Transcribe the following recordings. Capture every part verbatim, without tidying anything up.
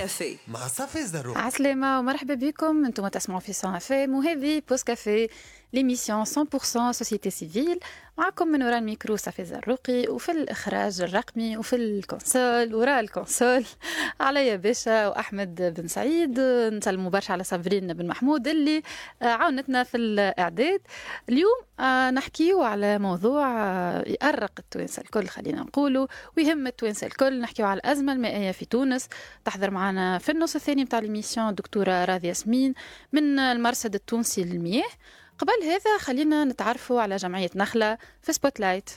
كافيه مع صافي الزروق. عسلامة ومرحبا بكم. انتم تسمعوا في صون افام وهذه بوز كافيه ليميسيون مية بالمية سوسيتي سيفيل. معكم من وراء الميكرو صافي الزروقي، وفي الإخراج الرقمي وفي الكونسول وراء الكونسول عليا باشا وأحمد بن سعيد. نسلموا برشا على صابرين بن محمود اللي عاونتنا في الإعداد. اليوم نحكيو على موضوع يأرق التوانسة الكل، خلينا نقولوا، ويهم التوانسة الكل. نحكيو على الأزمة المائية في تونس. تحضر معنا في النص الثاني متاع الميسيون دكتورة راضية ياسمين من المرصد التونسي للمياه. قبل هذا خلينا نتعرفوا على جمعية نخلة في سبوت لايت.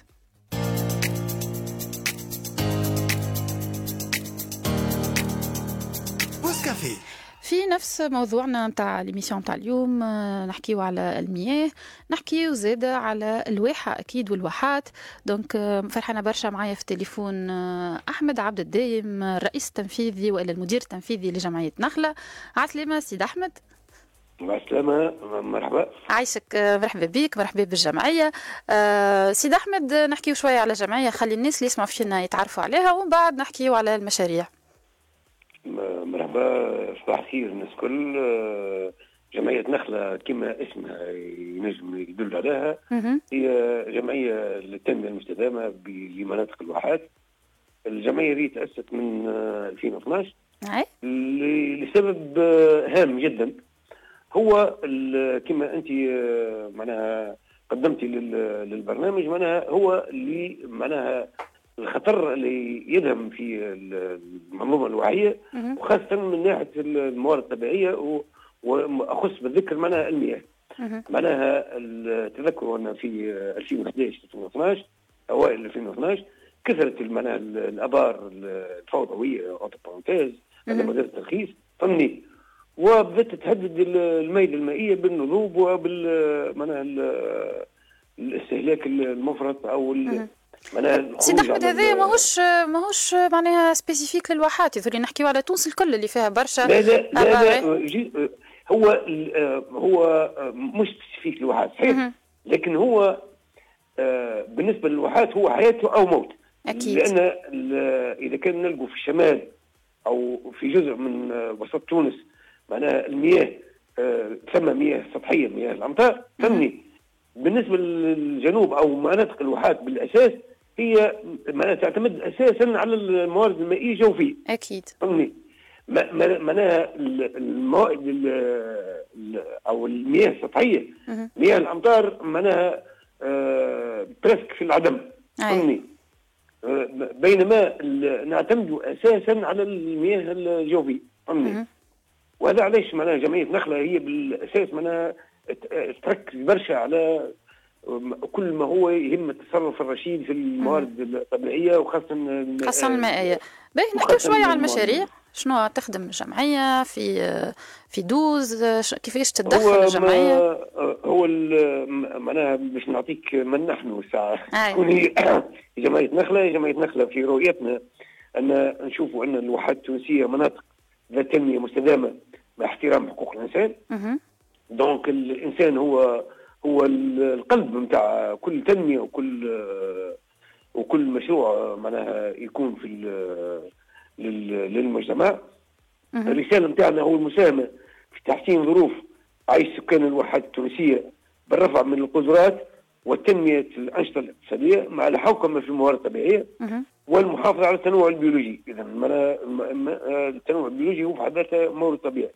بوز كافيه في نفس موضوعنا متاع ليميسيون متاع اليوم، نحكيو على المياه، نحكيو زادة على الواحة أكيد والواحات. دونك فرحنا برشا معايا في التليفون أحمد عبد الدايم، الرئيس التنفيذي وإلا المدير التنفيذي لجمعية نخلة. عسلامة سيد أحمد. السلامة، مرحبا. عايشك، مرحبا بك، مرحبا بالجمعية. أه سيد أحمد، نحكيو شوية على جمعية، خلي الناس اللي يسمعوا فينا يتعرفوا عليها، ومن بعد نحكيو على المشاريع. مرحبا، صباح الخير الناس كل. جمعية نخلة كما اسمها ينجم يدل عليها، هي جمعية للتنمية المستدامة لمناطق الواحات. الجمعية دي تأسست من ألفين واثناشر لسبب هام جدا، هو كما أنت معناها قدمتي للبرنامج، معناها هو اللي معناها الخطر اللي يدهم في المنظومة الوعية، وخاصة من ناحية الموارد الطبيعية، وأخص بالذكر معناها المياه. معناها تذكروا أن في ألفين وأحد عشر ألفين واثناشر أوائل ألفين واثناشر كثرت معناها الآبار الفوضوية أوتو بارونتيز على مدار الترخيص فهمني، وبدأت تهدد المياه المائية بالنضوب وبال معناها الاستهلاك المفرط أو سيد أحمد. هذا ماهوش ماهوش معناها سبيسيفيك للواحات، يظهر نحكيو على تونس الكل اللي فيها برشا. لا لا لا, لا هو هو مش سبيسيفيك للواحات صحيح، لكن هو بالنسبة للواحات هو حياته أو موت أكيد. لأن إذا كان نلقوا في الشمال أو في جزء من وسط تونس معناها المياه ثم مياه سطحية، مياه الأمطار فهمني. بالنسبة للجنوب أو مناطق الواحات بالأساس هي معناها تعتمد أساسا على الموارد المائية الجوفية أكيد فهمني. معناها المواد أو المياه السطحية مياه الأمطار معناها برسك في العدم فهمني، بينما نعتمد أساسا على المياه الجوفية فهمني. وهذا علاش معناها جمعية نخلة هي بالأساس معناها تركز برشا على كل ما هو يهم التصرف الرشيد في الموارد الطبيعية وخاصة خاصة المائية. باهي نحكي شوية على المشاريع. شنو تخدم الجمعية في في دوز، كيفاش تتدخل الجمعية؟ هو معناها باش نعطيك من نحن الساعة تكون هي جمعية نخلة. جمعية نخلة في رؤيتنا أن نشوفوا أن الواحات التونسية مناطق ذات تنمية مستدامة مع احترام حقوق الإنسان. دونك الإنسان هو هو القلب نتاع كل تنمية وكل وكل مشروع معناها يكون في للمجتمع. الرسالة نتاعنا هو المساهمة في تحسين ظروف عيش سكان الواحات التونسية بالرفع من القدرات والتنمية الأنشطة الاقتصادية مع الحوكمة في الموارد الطبيعية والمحافظة على التنوع البيولوجي. إذا التنوع البيولوجي هو في حد ذاته مورد طبيعي.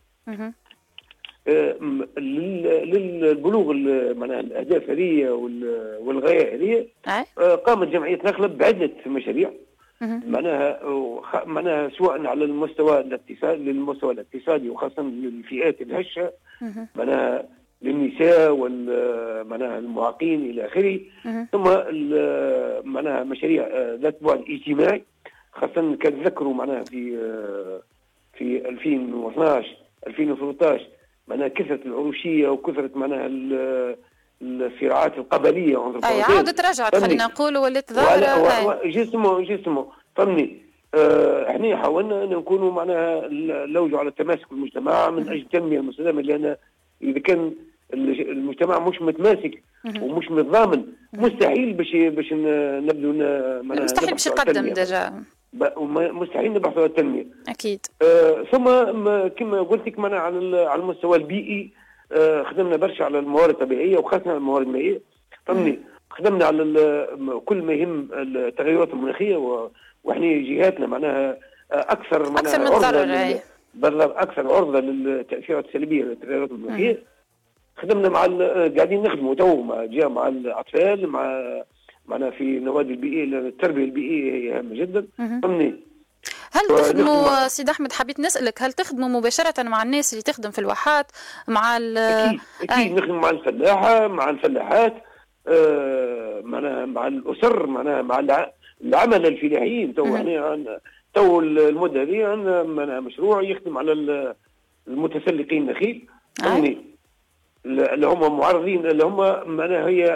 للبلوغ معناها الاهداف هذه والغايه هذه قامت جمعيه نخلة بعده مشاريع معناها معناها سواء على المستوى الاقتصادي للمستوى الاقتصادي وخاصه للفئات الهشه معناها للنساء والمعناها المعاقين الى اخره، ثم معناها مشاريع ذات بعد اجتماعي خاصه كتذكروا معناها في في ألفين واثناشر ألفين وثلاثة عشر معناها كثرة العروشية وكثرة معناها الصراعات القبلية. أي عودة رجعت خلينا نقول ولات ظاهرة جسمه جسمه فهمني. آه احنا حاولنا أن نكونوا معناها نلوجوا على تماسك المجتمع من أجل التنمية المستدامة، لأن إذا كان المجتمع مش متماسك ومش متضامن مستحيل باش باش نبدو مستحيل باش يقدم ديجا مستحيل نبحثوا على التنميه. اكيد. آه ثم كما قلت لك معنا على على المستوى البيئي، آه خدمنا برشا على الموارد الطبيعيه وخاصه على الموارد المائيه، فهمني. خدمنا على كل ما يهم التغيرات المناخيه، واحنا جهاتنا معناها اكثر معناها اكثر متضرره، بالضبط اكثر عرضه للتاثيرات السلبيه للتغيرات المناخيه. خدمنا مع قاعدين نخدموا تو مع جهه مع الاطفال، مع معنا في النوادي البيئيه، لان التربيه البيئيه هي هامه جدا، فهمني. هل تخدموا سيد احمد، حبيت نسالك، هل تخدموا مباشره مع الناس اللي تخدم في الواحات، مع ال اكيد اكيد آه. نخدم مع الفلاحه، مع الفلاحات، آه معناها مع الاسر، معناها مع العمل الفلاحيين. تو يعني تو المده هذه عندنا مشروع يخدم على المتسلقين النخيل، فهمني. آه. اللي هم معرضين، اللي هم معناها هي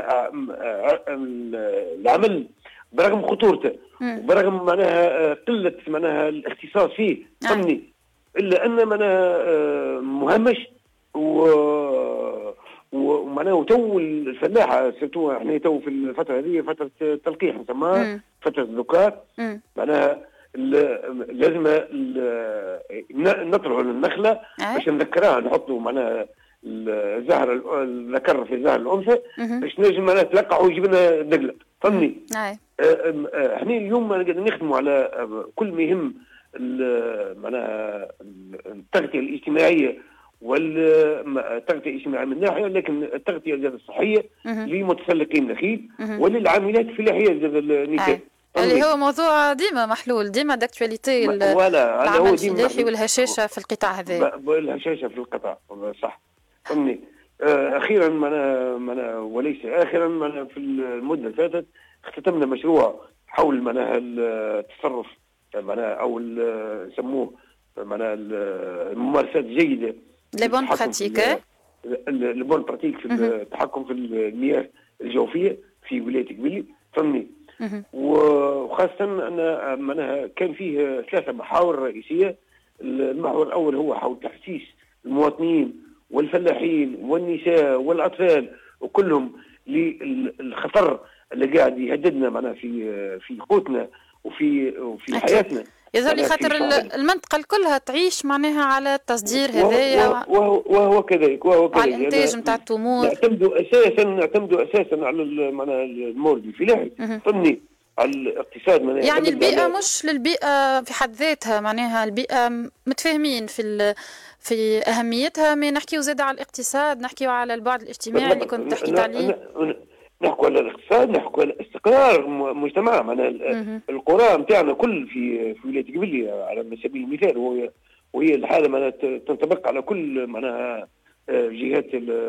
العمل برغم خطورته وبرغم معناها قله معناها الاختصاص فيه، فهمني، الا ان معناها مهمش و ومعناها تو الفلاحه سيرتو احنا تو في الفتره هذه فتره تلقيح نسموها فتره الذكار، معناها لازم نطلعوا النخله باش نذكرها، نحطوا معناها الزهر الذكر في زهر الانثى باش نجم معناها تلقح ويجيب لنا دقله، فهمني. احنا اليوم قاعدين نخدموا على كل ما يهم معناها التغطيه الاجتماعيه والتغطيه الاجتماعيه من ناحيه، لكن التغطيه الصحيه لمتسلقين النخيل وللعاملات الفلاحيه النساء، اللي هو موضوع ديما محلول، ديما داكتواليتي، العمل الفلاحي والهشاشه في القطاع هذا، الهشاشه في القطاع، صح، فهمني. اخيرا معنا معنا وليس اخرا، معنا في المده اللي فاتت اختتمنا مشروع حول معناها التصرف معناها او يسموه معناها الممارسات الجيده، لي بون براتيك، لي بون براتيك في التحكم في المياه الجوفيه في ولايه قبيلي، فهمني. وخاصه ان معناها كان فيه ثلاثه محاور رئيسيه. المحور الاول هو حول تحسيس المواطنين والفلاحين والنساء والاطفال وكلهم للخطر اللي قاعد يهددنا معناها في في قوتنا وفي وفي أكيد. حياتنا. يظهر لي خاطر المنطقه كلها تعيش معناها على التصدير هذايا، وهو, وهو كذلك وهو كذلك على الانتاج نتاع يعني التمور. نعتمدوا اساسا نعتمدوا اساسا على معناها المورد الفلاحي، فهمني، على الاقتصاد معناها. يعني البيئه مش للبيئه في حد ذاتها، معناها البيئه متفاهمين في في اهميتها، ما نحكيو زاد على الاقتصاد، نحكيو على البعد الاجتماعي اللي كنت حكيت عليه، نحكوا على الاقتصاد، نحكوا على استقرار مجتمع، معناها القرى نتاعنا كل في في ولايه قبيلي على سبيل المثال، وهي وهي الحاله معناها تنطبق على كل معناها جهات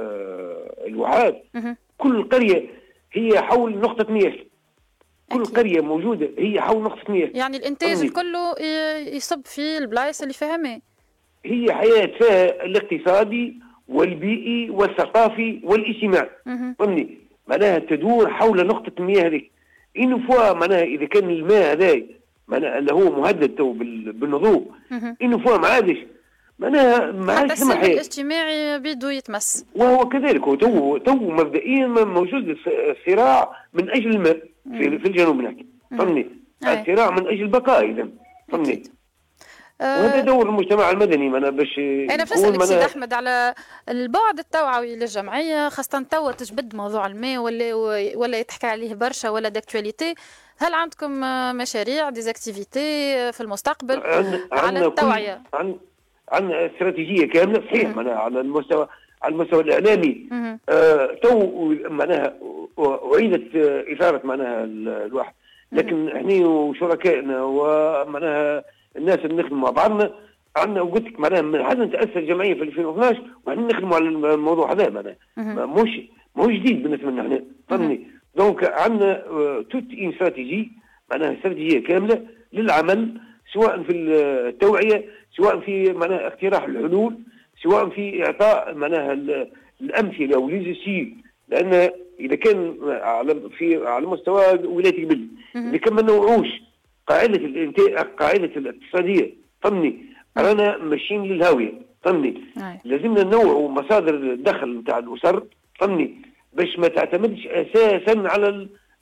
الوحات. كل قريه هي حول نقطه مياه، كل أكيد. قريه موجوده هي حول نقطه مياه، يعني الانتاج الكله يصب في البلايص اللي فيها ماء. هي حياه فيها الاقتصادي والبيئي والثقافي والاجتماعي، فهمني، معناها تدور حول نقطة المياه هذيك. إن فوا معناها إذا كان الماء هذا معناها اللي هو مهدد تو بالنضوب، إن فوا ما عادش معناها ما عادش حتى السلم الاجتماعي بيدو يتمس، وهو كذلك. هو تو تو مبدئيا موجود الصراع من أجل الماء في, في الجنوب نحكي، فهمني، الصراع من أجل البقاء إذا، فهمني. وهذا دور المجتمع المدني، معنا باش انا بسالك سيد احمد على البعد التوعوي للجمعيه، خاصه توا تجبد موضوع الماء ولا ولا يتحكى عليه برشا ولا داكتواليتي. هل عندكم مشاريع ديزاكتيفيتي في المستقبل على التوعيه؟ عندنا استراتيجيه كامله، صحيح، معناها على المستوى على المستوى الاعلامي. آه تو معناها اعيدت اثاره معناها الواحد، لكن احنا وشركائنا ومعناها الناس اللي نخدموا مع بعضنا عندنا، وقلت لك معناها من حد تاسس جمعيه في ألفين واثناعش وحنا نخدموا على الموضوع هذا، معناها مش مش جديد بالنسبه لنا احنا، فهمني. دونك عندنا توت ان استراتيجي، معناها استراتيجيه كامله للعمل، سواء في التوعيه، سواء في معناها اقتراح الحلول، سواء في اعطاء معناها الامثله او ليزيسي، لان اذا كان على في على مستوى ولايه قبيلي اذا كان ما نوعوش قاعده الانتاج قاعده الاقتصاديه، فهمني، رانا ماشيين للهاويه، فهمني. لازمنا ننوعوا مصادر الدخل نتاع الاسر، فهمني، باش ما تعتمدش اساسا على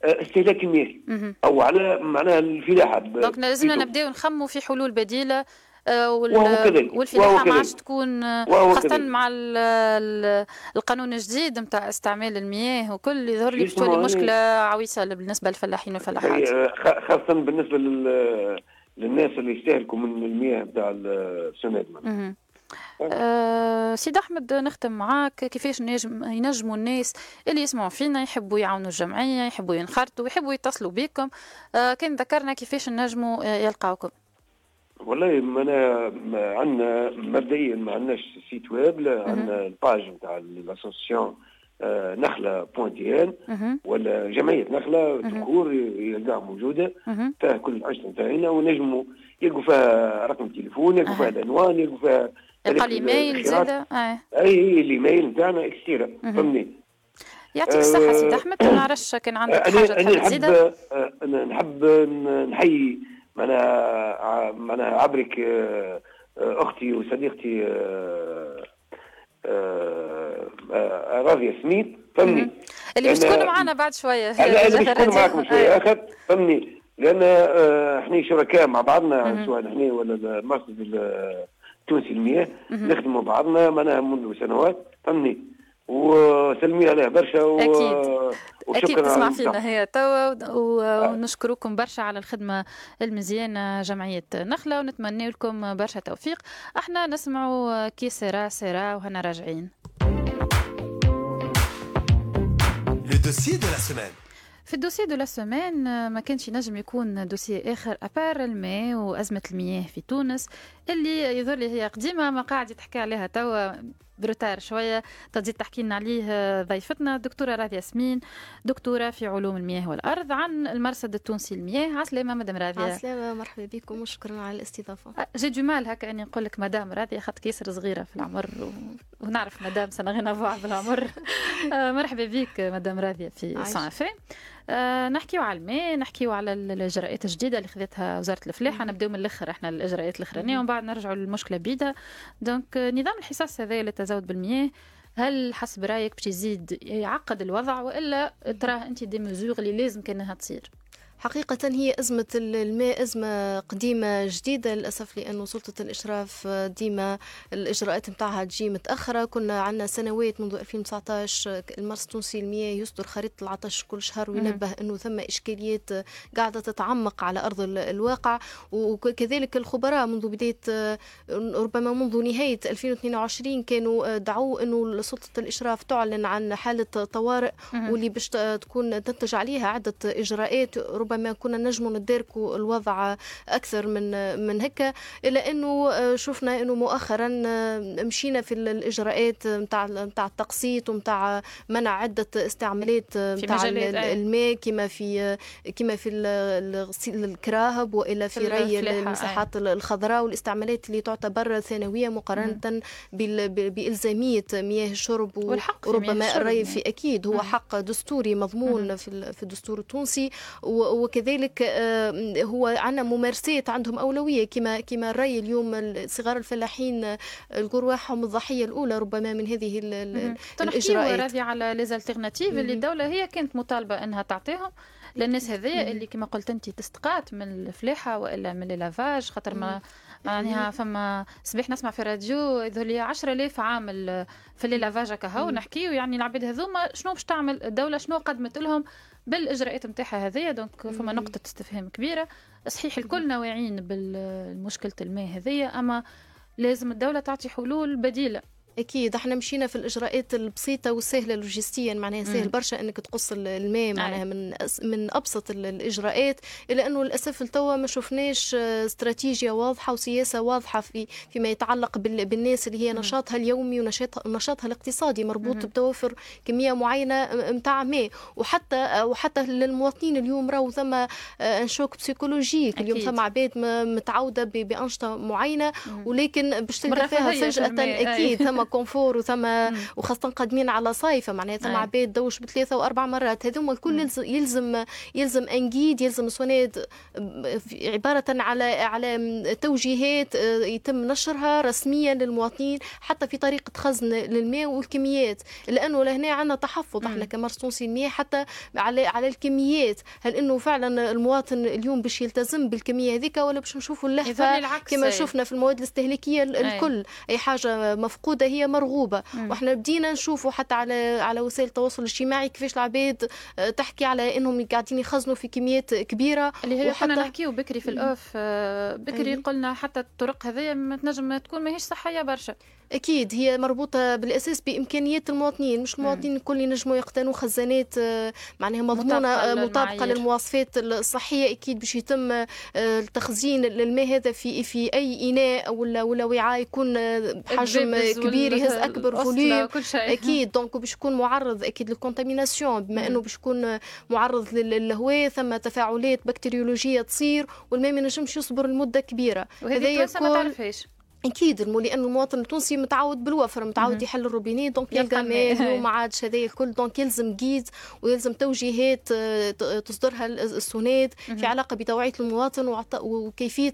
استهلاك المياه او على معناها الفلاحه. دونك لازمنا نبداو نخموا في حلول بديله، وال... والفلاحه ما عادش تكون خاصه مع ال ال القانون الجديد نتاع استعمال المياه وكل يظهر لي باش تولي مشكله عويصه بالنسبه للفلاحين والفلاحات، خاصه بالنسبه لل... للناس اللي يستهلكوا من المياه نتاع السناد. أه سيد أحمد، نختم معاك. كيفاش نجم ينجموا الناس اللي يسمعوا فينا يحبوا يعاونوا الجمعية، يحبوا ينخرطوا، يحبوا يتصلوا بكم؟ أه كان ذكرنا كيفاش نجموا يلقاوكم. والله ما أنا عندنا مبدئيا ما عندناش سيت ويب، لا عندنا الباج نتاع الاسوسيسيون نخلة بوينتيان ولا جمعية نخلة تكور يلقاها موجودة فيها كل الأنشطة نتاعنا، ونجموا يلقوا فيها رقم تليفون، يلقوا فيها العنوان، يلقوا فيها يلقى الايميل زاده. اي اي الايميل نتاعنا اكستيرا. فهمني؟ يعطيك الصحة سيد أحمد. ما نعرفش كان عندك حاجة تحب تزيدها؟ أنا نحب نحيي معناها معناها عبرك أختي وصديقتي راضية سميت. فهمني؟ اللي باش تكون معنا بعد شوية. أنا اللي باش تكون معكم شوية آخر. فهمني؟ لأن احنا شركاء مع بعضنا، سواء احنا ولا المرصد التونسي المياه نخدموا بعضنا معناها منذ سنوات. فهمني؟ وسلمي عليها برشا و... أكيد أكيد تسمع فينا هي توا، ونشكركم برشا على الخدمة المزيانة جمعية نخلة، ونتمنى لكم برشا توفيق. احنا نسمعوا كي سيرا سيرا وهنا راجعين. Le dossier de la semaine. في الدوسي دو لا سومان ما كانش ينجم يكون دوسي آخر أبار الماء وأزمة المياه في تونس اللي يظهر لي هي قديمة، ما قاعد يتحكي عليها توا بروتار شوية. تزيد تحكي لنا عليه ضيفتنا الدكتورة راضية ياسمين، دكتورة في علوم المياه والأرض عن المرصد التونسي للمياه. عسلامة مدام راضية. عسلامة، مرحبا بكم وشكرا على الاستضافة. جي دو مال هكا أني نقول لك مدام راضية، خاطر كيسر صغيرة في العمر و... ونعرف مدام سنغينا بعض بالعمر. مرحبا بك مدام راضية في صنعفة. أه نحكيو على الماء، نحكيو على الإجراءات الجديدة اللي خذتها وزارة الفلاحة. نبداو من الآخر احنا الإجراءات الأخرانية ومن بعد نرجعوا للمشكلة بيدها. دونك نظام الحصص هذا للتزود بالمياه، هل حسب رأيك باش يزيد يعقد الوضع، وإلا تراه أنت دي مزور اللي لازم كانها تصير؟ حقيقة هي أزمة الماء أزمة قديمة جديدة للأسف، لأنه سلطة الإشراف ديما الإجراءات متاعها تجي متأخرة. كنا عندنا سنوات منذ ألفين وتسعة عشر المرصد التونسي للمياه يصدر خريطة العطش كل شهر وينبه أنه ثم إشكاليات قاعدة تتعمق على أرض الواقع. وكذلك الخبراء منذ بداية ربما منذ نهاية ألفين واثنين وعشرين كانوا دعوا أنه سلطة الإشراف تعلن عن حالة طوارئ واللي باش تكون تنتج عليها عدة إجراءات. ربما كنا نجموا نداركوا الوضع أكثر من من هكا، إلا أنه شفنا أنه مؤخرا مشينا في الإجراءات متاع متاع التقسيط ومتاع منع عدة استعمالات متاع الماء كما في كما في الكراهب وإلا في, في ري المساحات الخضراء والاستعمالات اللي تعتبر ثانوية مقارنة بإلزامية مياه الشرب وربما الري في أكيد هو حق دستوري مضمون في في الدستور التونسي. وكذلك هو عندنا ممارسات عندهم أولوية كما كما الري اليوم صغار الفلاحين القروحهم الضحية الأولى ربما من هذه الإجراءات. راضي على ليزالتيرناتيف اللي الدولة هي كانت مطالبة أنها تعطيهم للناس هذه اللي كما قلت أنت تستقات من الفلاحة وإلا من اللافاج، خاطر ما معناها فما صبيح نسمع في راديو يظهر لي عشرة آلاف عامل في اللافاج كهو نحكيو يعني العباد هذوما شنو باش تعمل الدولة، شنو قدمت لهم بالإجراءات متاعها هذه. دونك فما نقطة استفهام كبيرة. صحيح الكل واعيين بالمشكلة الماء هذه، أما لازم الدولة تعطي حلول بديلة. أكيد احنا مشينا في الإجراءات البسيطة والسهلة لوجستيا، معناها سهل برشا أنك تقص الماء معناها من من أبسط الإجراءات، إلا أنه للأسف التوا ما شفناش استراتيجية واضحة وسياسة واضحة في فيما يتعلق بالناس اللي هي نشاطها اليومي ونشاطها الاقتصادي مربوط بتوفر كمية معينة متاع ماء. وحتى وحتى للمواطنين اليوم راهو ثم انشوك بسيكولوجيك. اليوم ثم عباد متعودة بأنشطة معينة ولكن باش تلقى فيها فجأة أكيد ثم كونفور وثم وخاصه قادمين على صيفه معناها ثم عباد دوش بثلاثه واربع مرات. هذوما الكل يلزم يلزم يلزم انجيد يلزم سوناد عباره على على توجيهات يتم نشرها رسميا للمواطنين حتى في طريقه خزن للماء والكميات، لانه لهنا عندنا تحفظ احنا كمرصوصي المياه حتى على على الكميات. هل انه فعلا المواطن اليوم باش يلتزم بالكميه هذيك ولا باش نشوفوا اللهفه كما شفنا في المواد الاستهلاكيه الكل؟ اي حاجه مفقوده هي مرغوبه. مم. واحنا بدينا نشوفوا حتى على على وسائل التواصل الاجتماعي كيفاش العباد تحكي على انهم قاعدين يخزنوا في كميات كبيره. اللي هي كنا نحكيو بكري في الاوف بكري قلنا حتى الطرق هذه ما تنجم تكون ماهيش صحيه برشا. أكيد هي مربوطة بالأساس بإمكانيات المواطنين، مش المواطنين الكل ينجموا يقتنوا خزانات معناها مضمونة مطابقة للمواصفات الصحية. أكيد باش يتم التخزين للماء هذا في في أي إناء ولا ولا وعاء يكون بحجم كبير يهز أكبر فوليوم. أكيد دونك باش يكون معرض أكيد للكونتاميناسيون، بما أنه باش يكون معرض للهواء، ثم تفاعلات بكتيريولوجية تصير والماء ما ينجمش يصبر لمدة كبيرة. وهذه التوانسة ما تعرفهاش اكيد لان المواطن التونسي متعود بالوفر، متعود يحل الروبيني دونك يلقى ماء وما عادش هذايا الكل. دونك يلزم جيد ويلزم توجيهات تصدرها السوناد في علاقه بتوعيه المواطن وكيفيه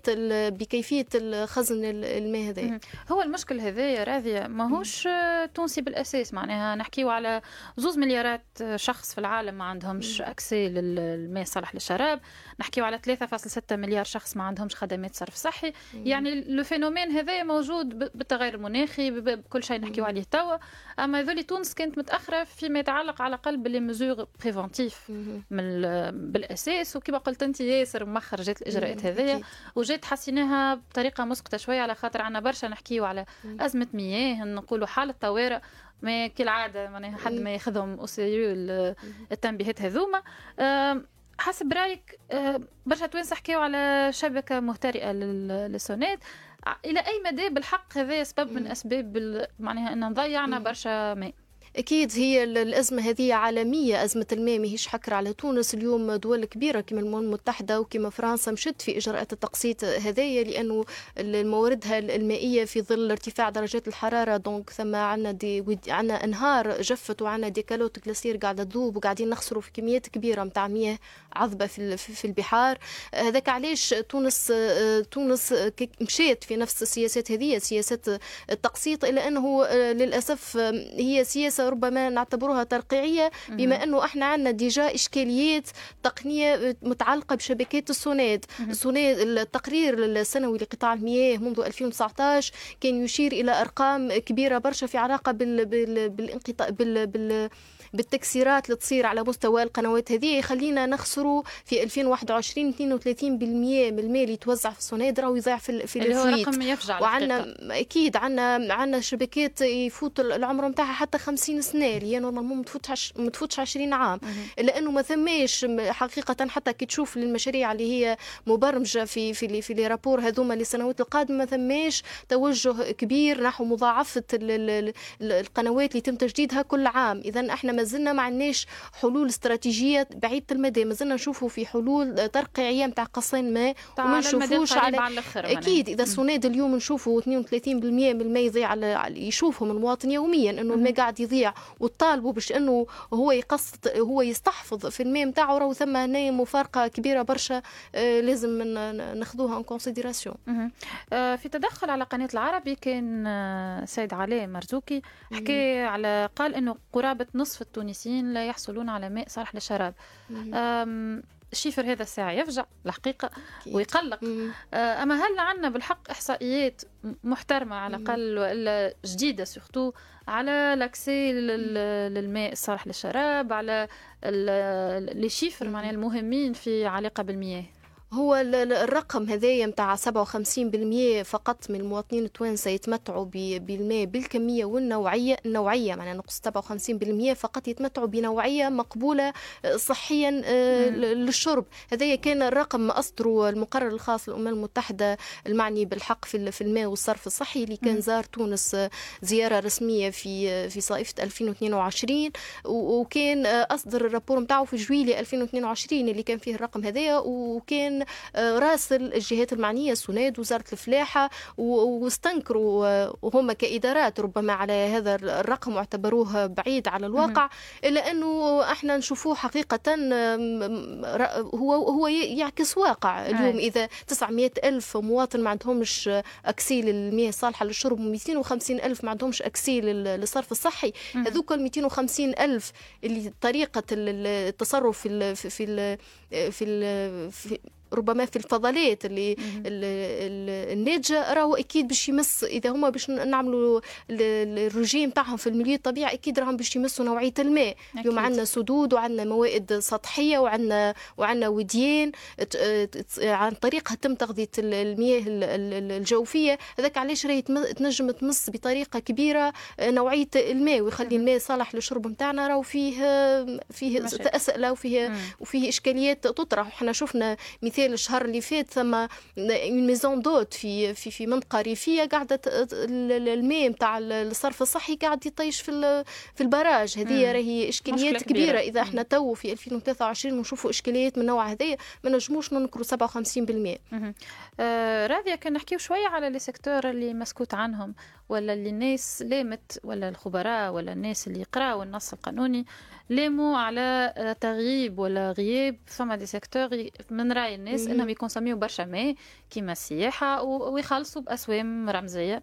بكيفيه خزن الماء هذا. هو المشكل هذايا راضيه ماهوش تونسي بالاساس، معناها نحكيو على زوز مليارات شخص في العالم ما عندهمش اكسي للماء صالح للشراب، نحكيو على ثلاثة فاصلة ستة مليار شخص ما عندهمش خدمات صرف صحي. يعني لو فينومين هذا موجود بالتغير المناخي بكل شيء نحكيو عليه توا. اما ذولي تونس كانت متاخره فيما يتعلق على قلب لي ميزور بريفونتيف من بالاساس، وكما قلت انت ياسر مؤخر جات الاجراءات هذيا وجات حسيناها بطريقه مسقطه شويه، على خاطر عنا برشا نحكيو على ازمه مياه، نقولوا حاله طوارئ ما كالعاده معناها حد ما ياخذهم اوسيريو التنبيهات هذوما. حسب رايك برشا توانسه حكيو على شبكه مهترئه للسوناد، الى اي مدى بالحق هذا سبب من اسباب معناها ان ضيعنا برشا ماء؟ أكيد هي الأزمة هذه عالمية، أزمة الماء ماهيش حكر على تونس. اليوم دول كبيرة كما الأمم المتحدة وكما فرنسا مشت في إجراءات التقسيط هذايا، لأنه مواردها المائية في ظل ارتفاع درجات الحرارة دونك ثم عنا دي عنا أنهار جفت وعنا ديكالوت جلاسير قاعدة تذوب وقاعدين نخسروا في كميات كبيرة متاع مياه عذبة في في البحار. هذاك علاش تونس تونس مشيت في نفس السياسات هذه، سياسات التقسيط، إلا أنه للأسف هي سياسة ربما نعتبرها ترقيعية، بما أنه احنا عندنا ديجا إشكاليات تقنية متعلقة بشبكات السوناد. السوناد التقرير السنوي لقطاع المياه منذ ألفين وتسعة عشر كان يشير إلى أرقام كبيرة برشا في علاقة بال بال بالانقطاع بال بال بالتكسيرات اللي تصير على مستوى القنوات هذه، يخلينا نخسروا في ألفين وواحد وعشرين اثنين وثلاثين بالمئة من الماء اللي يتوزع في السوناد راهو يضيع في في الفويت. وعندنا اكيد عندنا عندنا شبكات يفوت العمر نتاعها حتى خمسين سنه اللي هي نورمالمون ما تفوتش ما تفوتش عشرين عام، لانه ما ثماش حقيقه. حتى كي تشوف المشاريع اللي هي مبرمجه في في في لي رابور هذوما للسنوات القادمه ما ثماش توجه كبير نحو مضاعفه القنوات اللي يتم تجديدها كل عام. اذا احنا ما زلنا ما عندناش حلول استراتيجيه بعيده المدى، ما زلنا نشوفوا في حلول ترقيعيه نتاع قصين ماء وما نشوفوش على, على اكيد اذا السوناد اليوم نشوفوا اثنين وثلاثين بالمئة من الماء يضيع على يشوفهم المواطن يوميا انه الماء قاعد يضيع، وطالبوا باش انه هو يقسط هو يستحفظ في الماء نتاعو، راهو ثم هنا مفارقه كبيره برشا آه لازم ناخذوها ان كونسيديراسيون. آه في تدخل على قناه العربي كان آه سيد علي مرزوقي حكى على قال انه قرابه نصف التونسيين لا يحصلون على ماء صالح للشراب. الشيفر هذا الساعة يفجع الحقيقة ويقلق. أما هل عندنا بالحق إحصائيات محترمة على الأقل وإلا جديدة سورتو على لاكسي للماء الصالح للشراب، على لي شيفر معناها المهمين في علاقة بالمياه؟ هو الرقم هذايا متاع سبعة وخمسين بالمئة فقط من المواطنين التوانسه يتمتعوا بالماء بالكميه والنوعيه، النوعيه معناها نقص سبعة وخمسين بالمئة فقط يتمتعوا بنوعيه مقبوله صحيا للشرب. هذايا كان الرقم اصدره المقرر الخاص للامم المتحده المعني بالحق في الماء والصرف الصحي اللي كان زار تونس زياره رسميه في في صيفه ألفين واثنين وعشرين، وكان اصدر الرابور نتاعو في جويلية ألفين واثنين وعشرين اللي كان فيه الرقم هذايا، وكان من راسل الجهات المعنيه، سوناد، وزاره الفلاحه، واستنكروا وهم كادارات ربما على هذا الرقم واعتبروه بعيد على الواقع، الا انه احنا نشوفوه حقيقه هو هو يعكس واقع. اليوم اذا تسعمائة ألف مواطن ما عندهمش اكسيل المياه الصالحه للشرب ومئتين وخمسين ألف ما عندهمش اكسيل للصرف الصحي، هذوك ال مئتين وخمسين ألف اللي طريقه التصرف في ال في ال في, ال في ربما في الفضلات اللي الناتجه راهو اكيد باش يمس، اذا هما باش نعملوا الرجيم تاعهم في المياه الطبيعي اكيد راهم باش يمسوا نوعيه الماء. اليوم عندنا سدود وعندنا موائد سطحيه وعندنا وعندنا وديان عن طريقها تم تغذيه المياه الجوفيه، هذاك علاش راهي تنجم تمس بطريقه كبيره نوعيه الماء ويخلي الماء صالح للشرب نتاعنا. راهو فيه فيه تاسئله وفيه وفيه اشكاليات تطرح. وحنا شفنا مثال الشهر اللي فات ثم ميزون دوت في في في منطقه ريفيه قاعده الماء نتاع الصرف الصحي قاعد يطيش في في البراج. هذه راهي اشكاليات كبيره. كبيره اذا احنا تو في ألفين وثلاثة وعشرين ونشوفوا اشكاليات من النوع هذايا ما نجموش ننكروا سبعة وخمسين بالمئة. آه راضيه كان نحكيو شويه على لي سيكتور اللي مسكوت عنهم ولا اللي الناس لامت ولا الخبراء ولا الناس اللي يقراوا النص القانوني لاموا على تغييب ولا غياب فما دي سيكتور من راي الناس انهم يكونسوميو برشا ماء كيما السياحه ويخلصوا باسوام رمزيه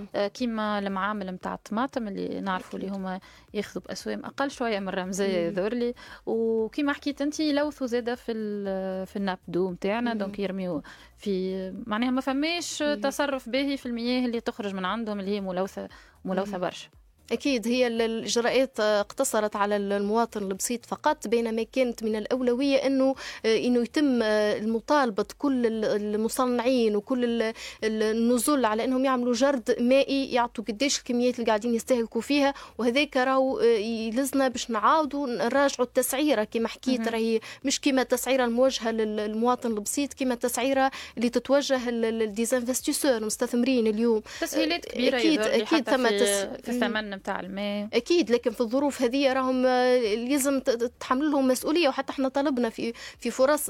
كيما المعامل نتاع الطماطم اللي نعرفوا اللي هما ياخذوا باسوام اقل شويه من الرمزيه يظهر لي، وكيما حكيت انت يلوثوا زاده في في النابدو نتاعنا دونك يرميو في معناها ما فماش تصرف باهي في المياه اللي تخرج من عندهم اللي هي ملوثه ملوثه برشا. أكيد هي الإجراءات اقتصرت على المواطن البسيط فقط، بينما كانت من الأولوية أنه إنه يتم المطالبة كل المصنعين وكل النزل على أنهم يعملوا جرد مائي يعطوا قديش الكميات اللي قاعدين يستهلكوا فيها، وهذاك راهو يلزنا باش نعاودوا نراجعوا التسعيرة كما حكيت. راهي مش كما التسعيرة الموجهة للمواطن البسيط كما التسعيرة اللي تتوجه للديزانفستيسور المستثمرين اليوم. تسهيلات كبيرة أكيد أكيد ثم في الثمن نتاع الماء اكيد، لكن في الظروف هذه راهم لازم تحمل لهم مسؤوليه. وحتى احنا طلبنا في في فرص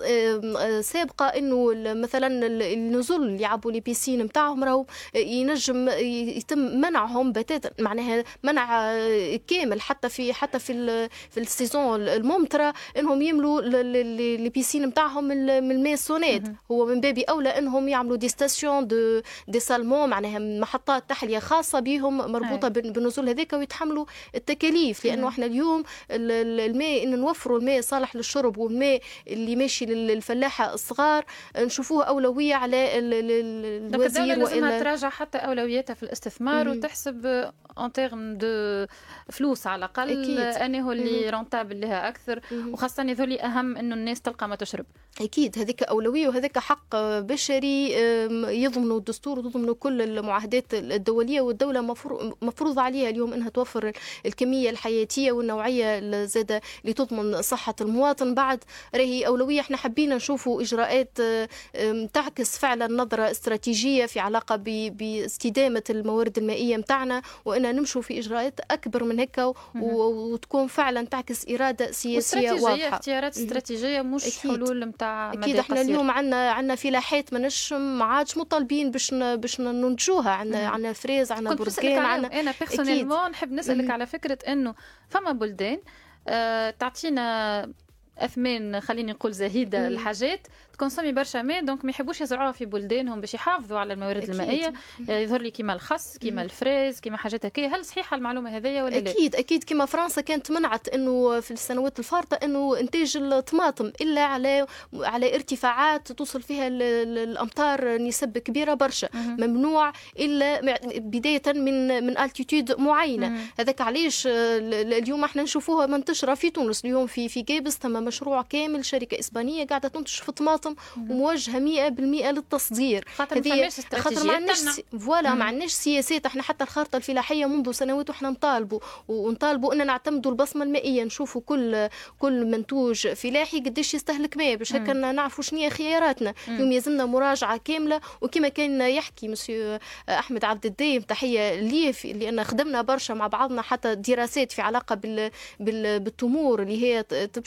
سابقه انه مثلا النزل اللي يعبوا لي بيسين نتاعهم راهو ينجم يتم منعهم بتاتا، معناها منع كامل حتى في حتى في في السيزون الممطره انهم يملوا لي بيسين نتاعهم من الماء السوناد. هو من باب اولى انهم يعملوا دي ستاسيون دو دي سالمون، معناها محطات تحليه خاصه بهم مربوطه بالنزول هذاك ويتحملوا التكاليف. لانه احنا اليوم الماء ان نوفروا الماء صالح للشرب والماء اللي ماشي للفلاحه الصغار نشوفوه اولويه على الوزير. الدولة لازمها تراجع حتى اولوياتها في الاستثمار وتحسب ان تيرم دو فلوس على الاقل انه هو اللي رونتابل لها اكثر، وخاصه يظهر لي اهم انه الناس تلقى ما تشرب. اكيد هذيك اولويه وهذاك حق بشري يضمنوا الدستور وتضمنوا كل المعاهدات الدوليه، والدوله مفروض عليها اليوم انها توفر الكميه الحياتيه والنوعيه زاده لتضمن صحه المواطن. بعد راهي اولويه. احنا حبينا نشوفوا اجراءات تعكس فعلا نظره استراتيجيه في علاقه باستدامه الموارد المائيه نتاعنا، وان نمشوا في اجراءات اكبر من هكا وتكون فعلا تعكس اراده سياسيه واضحه. اختيارات استراتيجيه مش أكيد. حلول نتاع مدى اكيد. احنا اليوم عندنا عندنا فلاحات ماناش ما عادش مطالبين باش باش ننتجوها. عندنا عندنا فريز، عندنا برتقال، عندنا. انا بيرسونيلمون نحب نسالك على فكره انه فما بلدان أه تعطينا اثمان خليني نقول زهيده الحاجات تكونسومي برشا ماء، دونك ما يحبوش يزرعوها في بلدانهم باش يحافظوا على الموارد أكيد. المائيه. يظهر لي كيما الخس كيما الفريز كيما حاجات هكا. هل صحيحه المعلومه هذيا ولا لا؟ اكيد اكيد. كيما فرنسا كانت منعت انه في السنوات الفارطه انه انتاج الطماطم الا على على ارتفاعات توصل فيها الامطار نسب كبيره برشا. ممنوع الا بدايه من من التيتود معينه. هذاك علاش اليوم احنا نشوفوها منتشره في تونس. اليوم في في جابس ثم مشروع كامل شركه اسبانيه قاعده تنتج في الطماطم وموجهه مئة بالمئة للتصدير. خاطر ما خاطر ما عندناش فوالا ما عندناش سياسات. احنا حتى الخارطه الفلاحيه منذ سنوات وحنا نطالبوا ونطالبوا ان نعتمدوا البصمه المائيه، نشوفوا كل كل منتوج فلاحي قديش يستهلك ماء باش هكا نعرفوا شنو هي خياراتنا. اليوم يلزمنا مراجعه كامله. وكما كان يحكي مسيو احمد عبد الدايم تحيه ليه لان خدمنا برشا مع بعضنا حتى دراسات في علاقه بال بالتمور اللي هي تمشي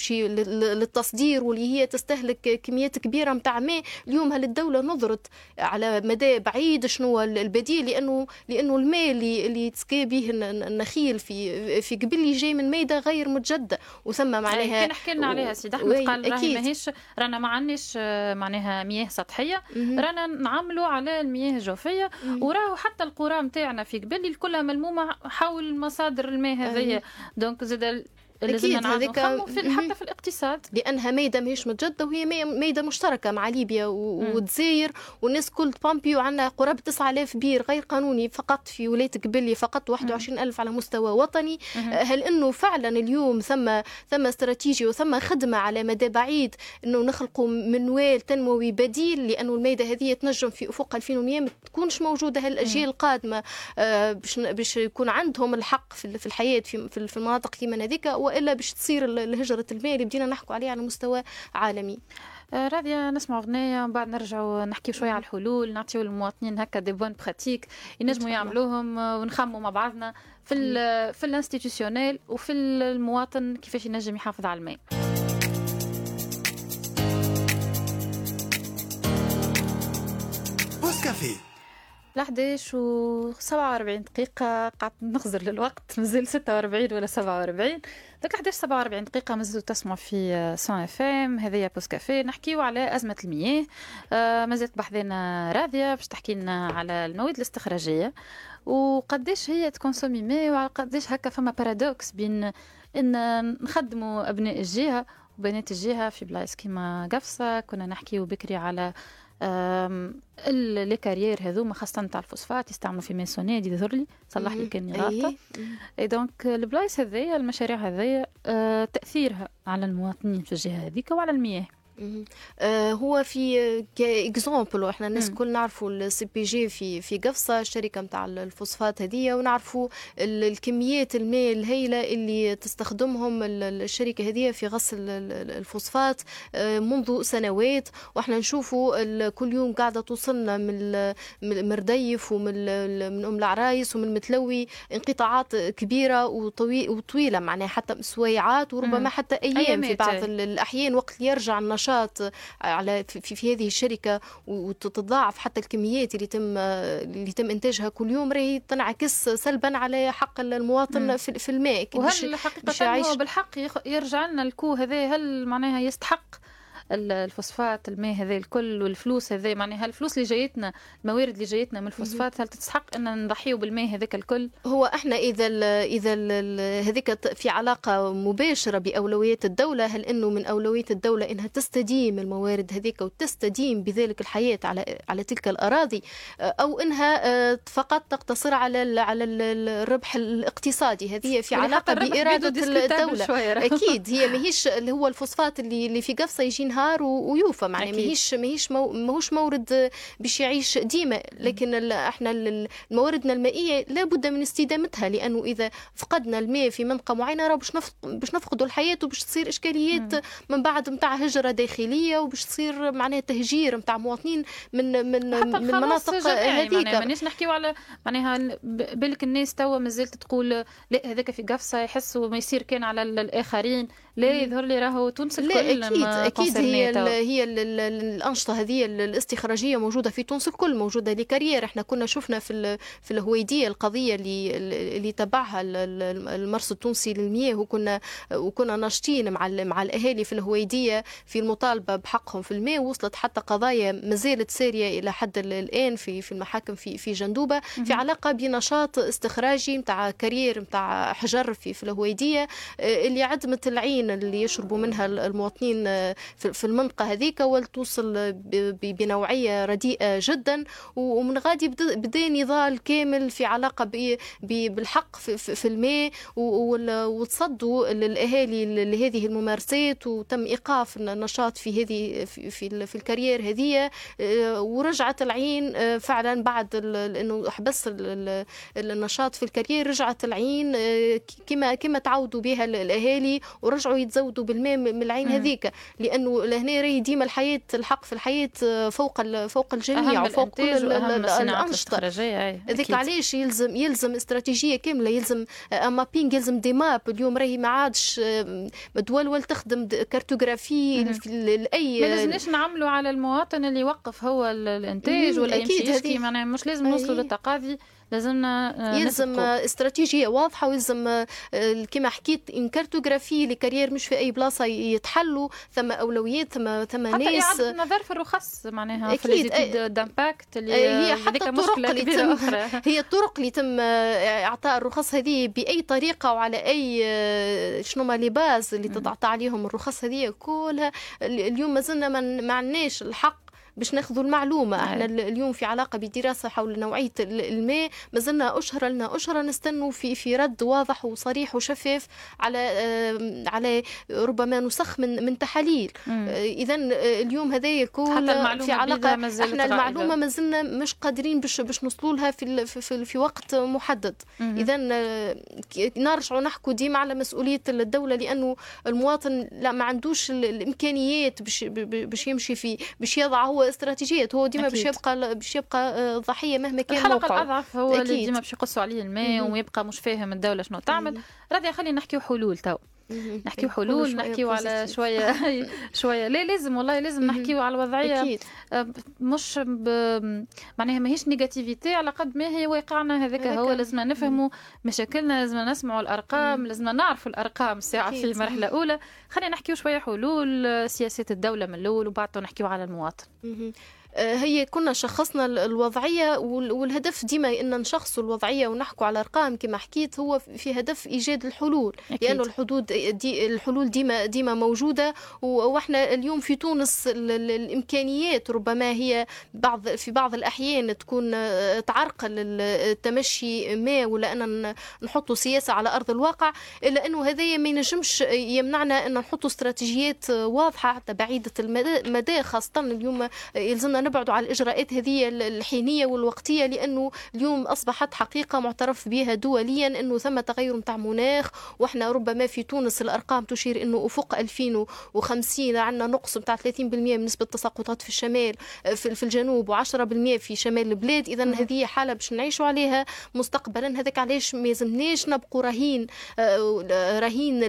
للتصدير واللي هي تستهلك كميات كبيره نتاع ماء. اليوم هل الدوله نظرت على مدى بعيد شنو البديل؟ لانه لانه الماء اللي اللي تسقي به النخيل في في قبل جاي من ميده غير متجدده، وثم معناها كان حكينا عليها سيدي احمد قال راهي ماهيش رانا ما عندناش معناها مياه سطحيه، رانا نعملوا على المياه الجوفيه، وراهو حتى القرى نتاعنا في قبل كلها ملمومه حول مصادر الماء هذيا. دونك زاد لازم نعرفوا في حتى في الاقتصاد، لانها ميده ماهيش متجدده وهي ميده مشتركه مع ليبيا والجزائر، والناس كل تبامبي، وعندنا قرابه تسعة آلاف بير غير قانوني فقط في ولايه قبلي، فقط واحد وعشرين ألف على مستوى وطني. هل انه فعلا اليوم ثم ثم استراتيجيه وثم خدمه على مدى بعيد انه نخلقوا منوال تنموي بديل؟ لانه الميده هذه تنجم في افق ألفين ومئة ما تكونش موجوده هالاجيال القادمه باش باش يكون عندهم الحق في الحياه في في المناطق كيما هذيك، والا باش تصير الهجره المال اللي بدينا نحكوا عليها على مستوى عالمي. راضيه نسمع اغنيه ومن بعد نرجعوا نحكيو شويه على الحلول، نعطيو للمواطنين هكا دي بون براتيك ينجموا يعملوهم، ونخموا مع بعضنا في ال في الانستيتيوشنيل وفي المواطن كيفاش ينجم يحافظ على الماء. بوس كافي الحداش وسبعة وأربعين دقيقة، قعدت نخزر للوقت، مازال ستة وأربعين ولا سبعة وأربعين. داك الحداش سبعة وأربعين دقيقة مازلتوا تسمعوا في سون اف ام، هذايا بوس كافي نحكيو على أزمة المياه. آه مازالت بحذنا راضية باش تحكي لنا على المواد الاستخراجية وقداش هي تكونسومي ماء، وعلى قداش هكا فما بارادوكس بين ان نخدموا أبناء الجهة وبنات الجهة في بلايص كيما قفصة. كنا نحكيو بكري على لي كارير هذوما خاصه تاع الفوسفات يستعملوا في ميسوني دي ذرلي صلح لي كاني غلطه. اي دونك البلايص هذيا المشاريع هذيا أه تاثيرها على المواطنين في الجهه هذيك وعلى المياه. آه هو في كاكزومبل، واحنا الناس كل نعرفوا السي بي جي في في قفصه الشركه نتاع الفوسفات هذه، ونعرفوا الكميات الماء الهائله اللي تستخدمهم الشركه هذه في غسل الفوسفات آه منذ سنوات، واحنا نشوفوا كل يوم قاعده توصلنا من مرديف ومن من ام العرايس ومن متلوي انقطاعات كبيره وطويله، معناها حتى سويعات وربما حتى ايام في بعض الاحيان وقت يرجع النشاط على في, في هذه الشركه وتتضاعف حتى الكميات اللي تم اللي تم انتاجها كل يوم، راهي تنعكس سلبا على حق المواطن في, في الماء. وهل حقيقه هو بالحق يرجع لنا الكو هذا؟ هل معناها يستحق الفوسفات الماء هذا الكل والفلوس هذا؟ معناها الفلوس اللي جايتنا الموارد اللي جايتنا من الفوسفات هل تستحق ان نضحيو بالماء هذاك الكل؟ هو احنا اذا ال اذا هذيك في علاقه مباشره باولويات الدوله، هل انه من اولويات الدوله انها تستديم الموارد هذيك وتستديم بذلك الحياه على على تلك الاراضي، او انها فقط تقتصر على على الربح الاقتصادي؟ هذه في علاقه باراده الدوله اكيد. هي ماهيش اللي هو الفوسفات اللي اللي في قفصه يجي ويوفى، معناها ماهيش ماهيش ماهوش مورد باش يعيش ديما، لكن احنا مواردنا المائيه لابد من استدامتها، لانه اذا فقدنا الماء في منطقه معينه راه باش باش نفقدوا الحياه وباش تصير اشكاليات مم. من بعد نتاع هجره داخليه، وباش تصير معناها تهجير نتاع مواطنين من من من المناطق هذيك. مانيش نحكيو على معناها بالك الناس توا مازالت تقول لا هذاك في قفصه يحسوا ما يصير كان على الاخرين، لا يظهر لي راهو تونس الكل. اكيد اكيد هي ال هي ال ال الانشطه هذه الاستخراجيه موجوده في تونس الكل، موجوده لكارير. احنا كنا شفنا في في الهويديه القضيه اللي اللي تبعها المرصد التونسي للمياه، وكنا وكنا ناشطين مع مع الاهالي في الهويديه في المطالبه بحقهم في الماء. وصلت حتى قضايا ما زالت ساريه الى حد الان في في المحاكم في في جندوبه في علاقه بنشاط استخراجي نتاع كارير نتاع حجر في في الهويديه اللي عدمت العين اللي يشربوا منها المواطنين في المنطقه هذيك، ولتوصل بنوعيه رديئه جدا. ومن غادي بدا نضال كامل في علاقه بالحق في الماء، وتصدوا الاهالي لهذه الممارسات، وتم ايقاف النشاط في هذه في في, في الكارير هذه، ورجعت العين فعلا بعد انه حبس النشاط في الكارير، رجعت العين كما كما تعودوا بها الاهالي ورجعوا يتزودوا بالماء من العين هذيك، لانه لهنا راهي ديما الحياه الحق في الحياه فوق فوق الجميع وفوق كل الانشطه. هذيك علاش يلزم يلزم استراتيجيه كامله، يلزم مابينغ، يلزم دي ماب. اليوم راهي ما عادش دول ولا تخدم كارتوغرافي لاي، ما لازمناش نعملوا على المواطن اللي يوقف هو الانتاج ولا يمشي يشكي، معناها مش لازم نوصلوا للتقاضي، لازمنا يلزم نسبقو. استراتيجيه واضحه، ويلزم كما حكيت ان كارتوغرافي لكارير مش في اي بلاصه يتحلوا، ثم اولويات، ثم ثم حتى ناس، حتى اعاده نظر في الرخص معناها في ليزيتود دامباكت اللي هي حتى الطرق اللي تم هي الطرق اللي تم اعطاء الرخص هذه باي طريقه وعلى اي شنو ما لي باز اللي تتعطى عليهم الرخص هذه كلها. اليوم ما زلنا ما عندناش الحق باش ناخذوا المعلومه. احنا اليوم في علاقه بدراسه حول نوعيه الماء، ما زلنا اشهر لنا اشهر نستنوا في في رد واضح وصريح وشفاف على على ربما نسخ من من تحاليل. اذا اليوم هذايا كل في علاقه احنا المعلومه ما زلنا مش قادرين باش باش نوصلوا لها في في في وقت محدد. اذا نرجعوا نحكوا ديما على مسؤوليه الدوله، لانه المواطن لا ما عندوش الامكانيات باش باش يمشي في باش يضع هو استراتيجيات، هو ديما باش يبقى باش يبقى ضحيه مهما كان موقعه. الحلقه الاضعف هو أكيد. اللي ديما باش يقصوا عليه الماء ويبقى مش فاهم الدوله شنو تعمل. راضيه خلينا نحكيو حلول تو، نحكيو حلول، نحكيو على شويه شويه لا لازم والله لازم نحكيو على الوضعيه أكيد. مش ب... معناها ماهيش نيجاتيفيتي على قد ما هي واقعنا هذاك هو. لازم نفهموا مشاكلنا، لازم نسمعوا الارقام، لازم نعرفوا الارقام الساعه في مرحله اولى. خلينا نحكيو شويه حلول سياسات الدوله من الاول وبعد نحكيو على المواطن. هي كنا شخصنا الوضعية، والهدف ديما ان نشخصوا الوضعية ونحكوا على ارقام كما حكيت، هو في هدف ايجاد الحلول أكيد. لانه الحدود دي الحلول ديما ديما موجودة، واحنا اليوم في تونس الامكانيات ربما هي بعض في بعض الاحيان تكون تعرقل التمشي ما ولا ان نحطوا سياسة على ارض الواقع، الا انه هذايا ما ينجمش يمنعنا ان نحطوا استراتيجيات واضحة حتى بعيدة المدى. خاصة اليوم يلزمنا نبعدوا على الإجراءات هذه الحينية والوقتية، لأنه اليوم أصبحت حقيقة معترف بها دوليا أنه ثم تغير متاع مناخ. وإحنا ربما في تونس الأرقام تشير أنه أفق ألفين وخمسين عندنا نقص متاع ثلاثين بالمئة من نسبة التساقطات في الشمال في الجنوب وعشرة بالمئة في شمال البلاد. إذا هذه حالة باش نعيشوا عليها مستقبلا. هذاك علاش ما يلزمناش نبقوا رهين رهين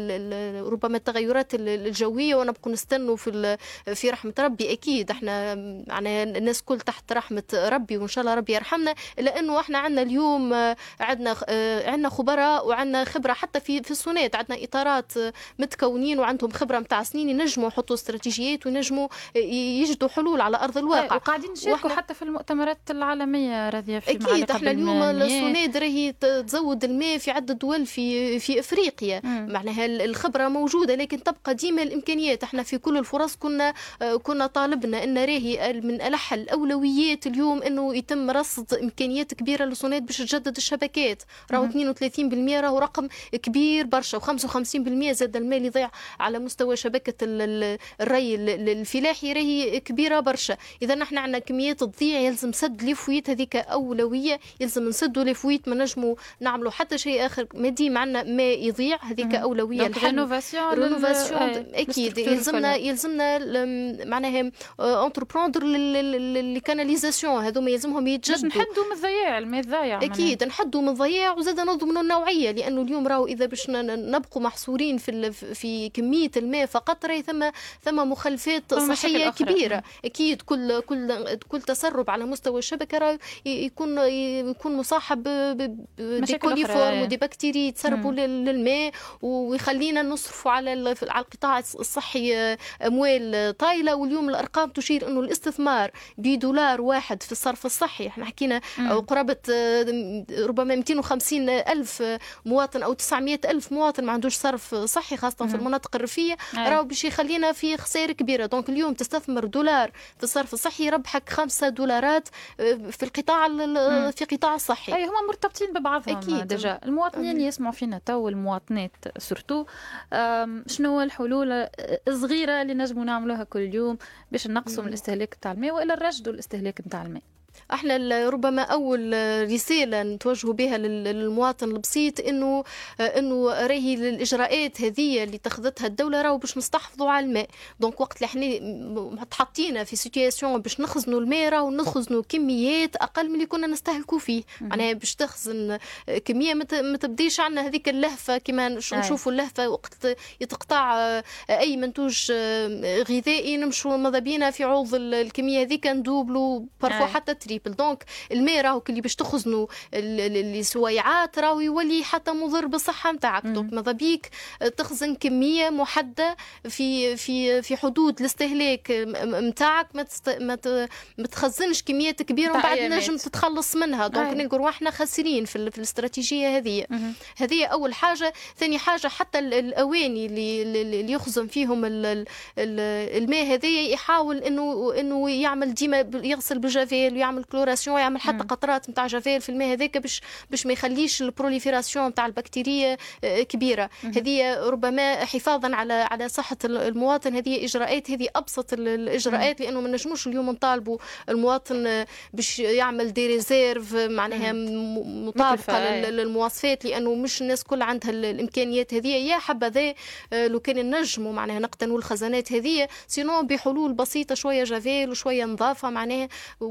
ربما التغيرات الجوية ونبقوا نستنوا في في رحمة ربي. أكيد إحنا يعني الناس كل تحت رحمة ربي وإن شاء الله ربي يرحمنا، لأنه إحنا عندنا اليوم عندنا عندنا خبراء وعندنا خبرة حتى في في الصونات، عندنا إطارات متكونين وعندهم خبرة متاع سنين ينجموا يحطوا استراتيجيات وينجموا يجدوا حلول على أرض الواقع. وقاعدين نشاركوا حتى في المؤتمرات العالمية راضية في أكيد. إحنا اليوم الصونات راهي تزود الماء في عدة دول في في إفريقيا، معناها الخبرة موجودة لكن تبقى ديما الإمكانيات. إحنا في كل الفرص كنا كنا طالبنا أن راهي من ألح الأولويات اليوم أنه يتم رصد إمكانيات كبيرة للصونات باش تجدد الشبكات. راهو اثنين وثلاثين بالمئة راهو رقم كبير برشا، وخمسة وخمسين بالمئة زاد المال يضيع على مستوى شبكة الري الفلاحي راهي كبيرة برشا. إذا نحن عندنا كميات تضيع، يلزم سد لفويت، هذيك أولوية. يلزم نسدوا لفويت، ما نجموا نعملوا حتى شيء آخر ما ديم عندنا ما يضيع، هذيك أولوية. رينوفاسيون أكيد يلزمنا يلزمنا معناها انتربروندر للكاناليزاسيون، هذوما يلزمهم يتجدوا. باش نحدوا من الضياع الماء الضايع، اكيد نحدوا من الضياع وزاد نضمنوا النوعيه، لانه اليوم راهو اذا باش نبقوا محصورين في في كميه الماء فقط راهي ثم ثم مخلفات صحيه كبيره. اكيد كل كل كل تسرب على مستوى الشبكه راه يكون يكون مصاحب بكوليفورم ودي بكتيري يتسربوا للماء، ويخلينا نصرفوا على على القطاع الصحي اموال طايله. واليوم الارقام تشير انه الاستثمار بدولار واحد في الصرف الصحي، احنا حكينا قرابه ربما مئتين وخمسين ألف مواطن او تسعمئة ألف مواطن ما عندوش صرف صحي خاصه في المناطق الريفيه، راهو باش يخلينا في خسائر كبيره. دونك اليوم تستثمر دولار في الصرف الصحي يربحك خمسة دولارات في القطاع في قطاع الصحي. اي هما مرتبطين ببعضهم أكيد. ديجا المواطنين يسمعوا فينا تو، المواطنات سورتو، شنو الحلول الصغيره اللي نجموا نعملوها كل يوم باش نقصوا من الاستهلاك تاع الماء والا نرشدوا الاستهلاك نتاع الماء؟ احنا ربما اول رساله نتوجه بها للمواطن البسيط انه انه راهي الاجراءات هذه اللي تاخذتها الدوله راهو باش نستحفظوا على الماء. دونك وقت اللي احنا تحطينا في سيتوياسيون باش نخزنوا الماء راهو نخزنوا كميات اقل من اللي كنا نستهلكوا فيه. معناها باش تخزن كميه ما تبديش عندنا هذيك اللهفه كما نشوفوا اللهفه وقت يتقطع اي منتوج غذائي نمشوا ماذا بينا في عوض الكميه هذيك ندوبلوا بارفو حتى تريبل. دونك الماء راهو اللي باش تخزنوا السويعات راهو يولي حتى مضر بالصحه نتاعك. دونك ماذا بيك تخزن كميه محدده في في في حدود الاستهلاك نتاعك، ما ما تخزنش كميات كبيره ومن بعد نجم تتخلص منها. دونك نلقوا احنا خاسرين في, في الاستراتيجيه هذه. هذه اول حاجه. ثاني حاجه حتى الاواني اللي, اللي يخزن فيهم الماء هذه يحاول انه انه يعمل ديما يغسل بالجافيل ويعمل كلوراسيون ويعمل حتى قطرات نتاع جافيل في الماء هذاك باش باش ما يخليش البروليفيراسيون نتاع البكتيريا كبيره. هذه ربما حفاظا على على صحه المواطن. هذه اجراءات هذه ابسط الاجراءات لانه ما نجموش اليوم نطالبوا المواطن باش يعمل دي ريزيرف معناها مطابقه للمواصفات لانه مش الناس كل عندها الامكانيات هذه. يا حبذا لو كان نجموا معناها نقتنوا الخزانات هذه سينو بحلول بسيطه شويه جافيل وشويه نظافه معناها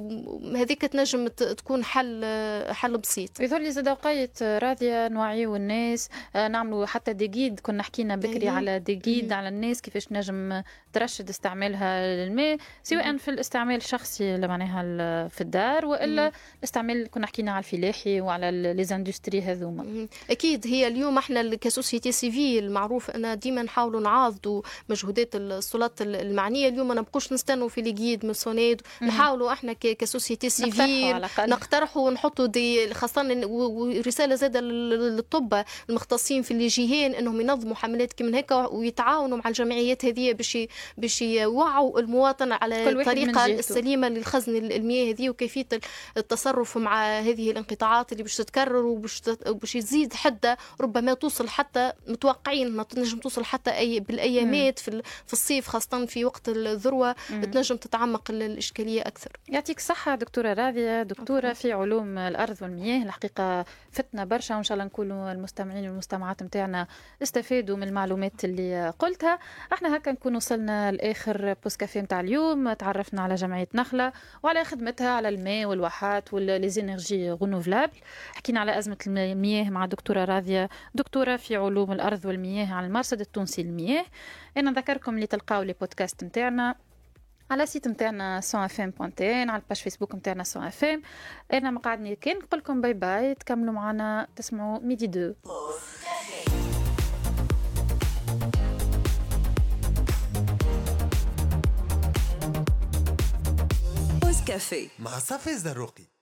هذيك تنجم تكون حل حل بسيط. يظهر لي زاد وقيت راضيه نوعيو الناس نعملوا حتى ديجيد. كنا حكينا بكري على ديجيد على الناس كيفاش نجم ترشد استعمالها للماء سواء في الاستعمال الشخصي معناها في الدار والا الاستعمال كنا حكينا على الفلاحي وعلى ليزاندستري هذوما. اكيد هي اليوم احنا كسوسيتي سيفيل معروف ان ديما نحاولوا نعاضدوا مجهودات السلطات المعنيه. اليوم ما نبقوش نستنوا في ليجيد مسونيد. نحاولوا احنا كسوسيتي سيفيل نقترحوا ونحطوا دي خاصه ورساله زاده للطب المختصين في الجهين انهم ينظموا حملات كما هكا ويتعاونوا مع الجمعيات هذه باش باش يوعوا المواطن على الطريقه السليمه للخزن المياه هذه وكيفيه التصرف مع هذه الانقطاعات اللي باش تتكرر وباش باش يزيد حده ربما توصل حتى متوقعين ما تنجم توصل حتى اي بالايامات في في الصيف خاصه في وقت الذروه تنجم تتعمق الاشكاليه اكثر. يعطيك الصحه دكتوره راضيه، دكتوره في علوم الارض والمياه. الحقيقه فتنا برشا وان شاء الله نكونوا المستمعين والمستمعات نتاعنا استفادوا من المعلومات اللي قلتها. احنا هكا نكون وصلنا لاخر بوسكافيه نتاع اليوم. تعرفنا على جمعيه نخله وعلى خدمتها على الماء والواحات والليزينيرجي غونوفلابل. حكينا على ازمه المياه مع دكتوره راضيه دكتوره في علوم الارض والمياه على المرصد التونسي للمياه. انا نذكركم اللي تلقاو لي بودكاست نتاعنا على سيت نتاعنا سون اف ام بوان تي ان على الباج فيسبوك نتاعنا سون اف ام. انا مقعدني كان نقول لكم باي باي. تكملوا معنا تسمعوا ميدي دو كافي مع صافي الزروقي.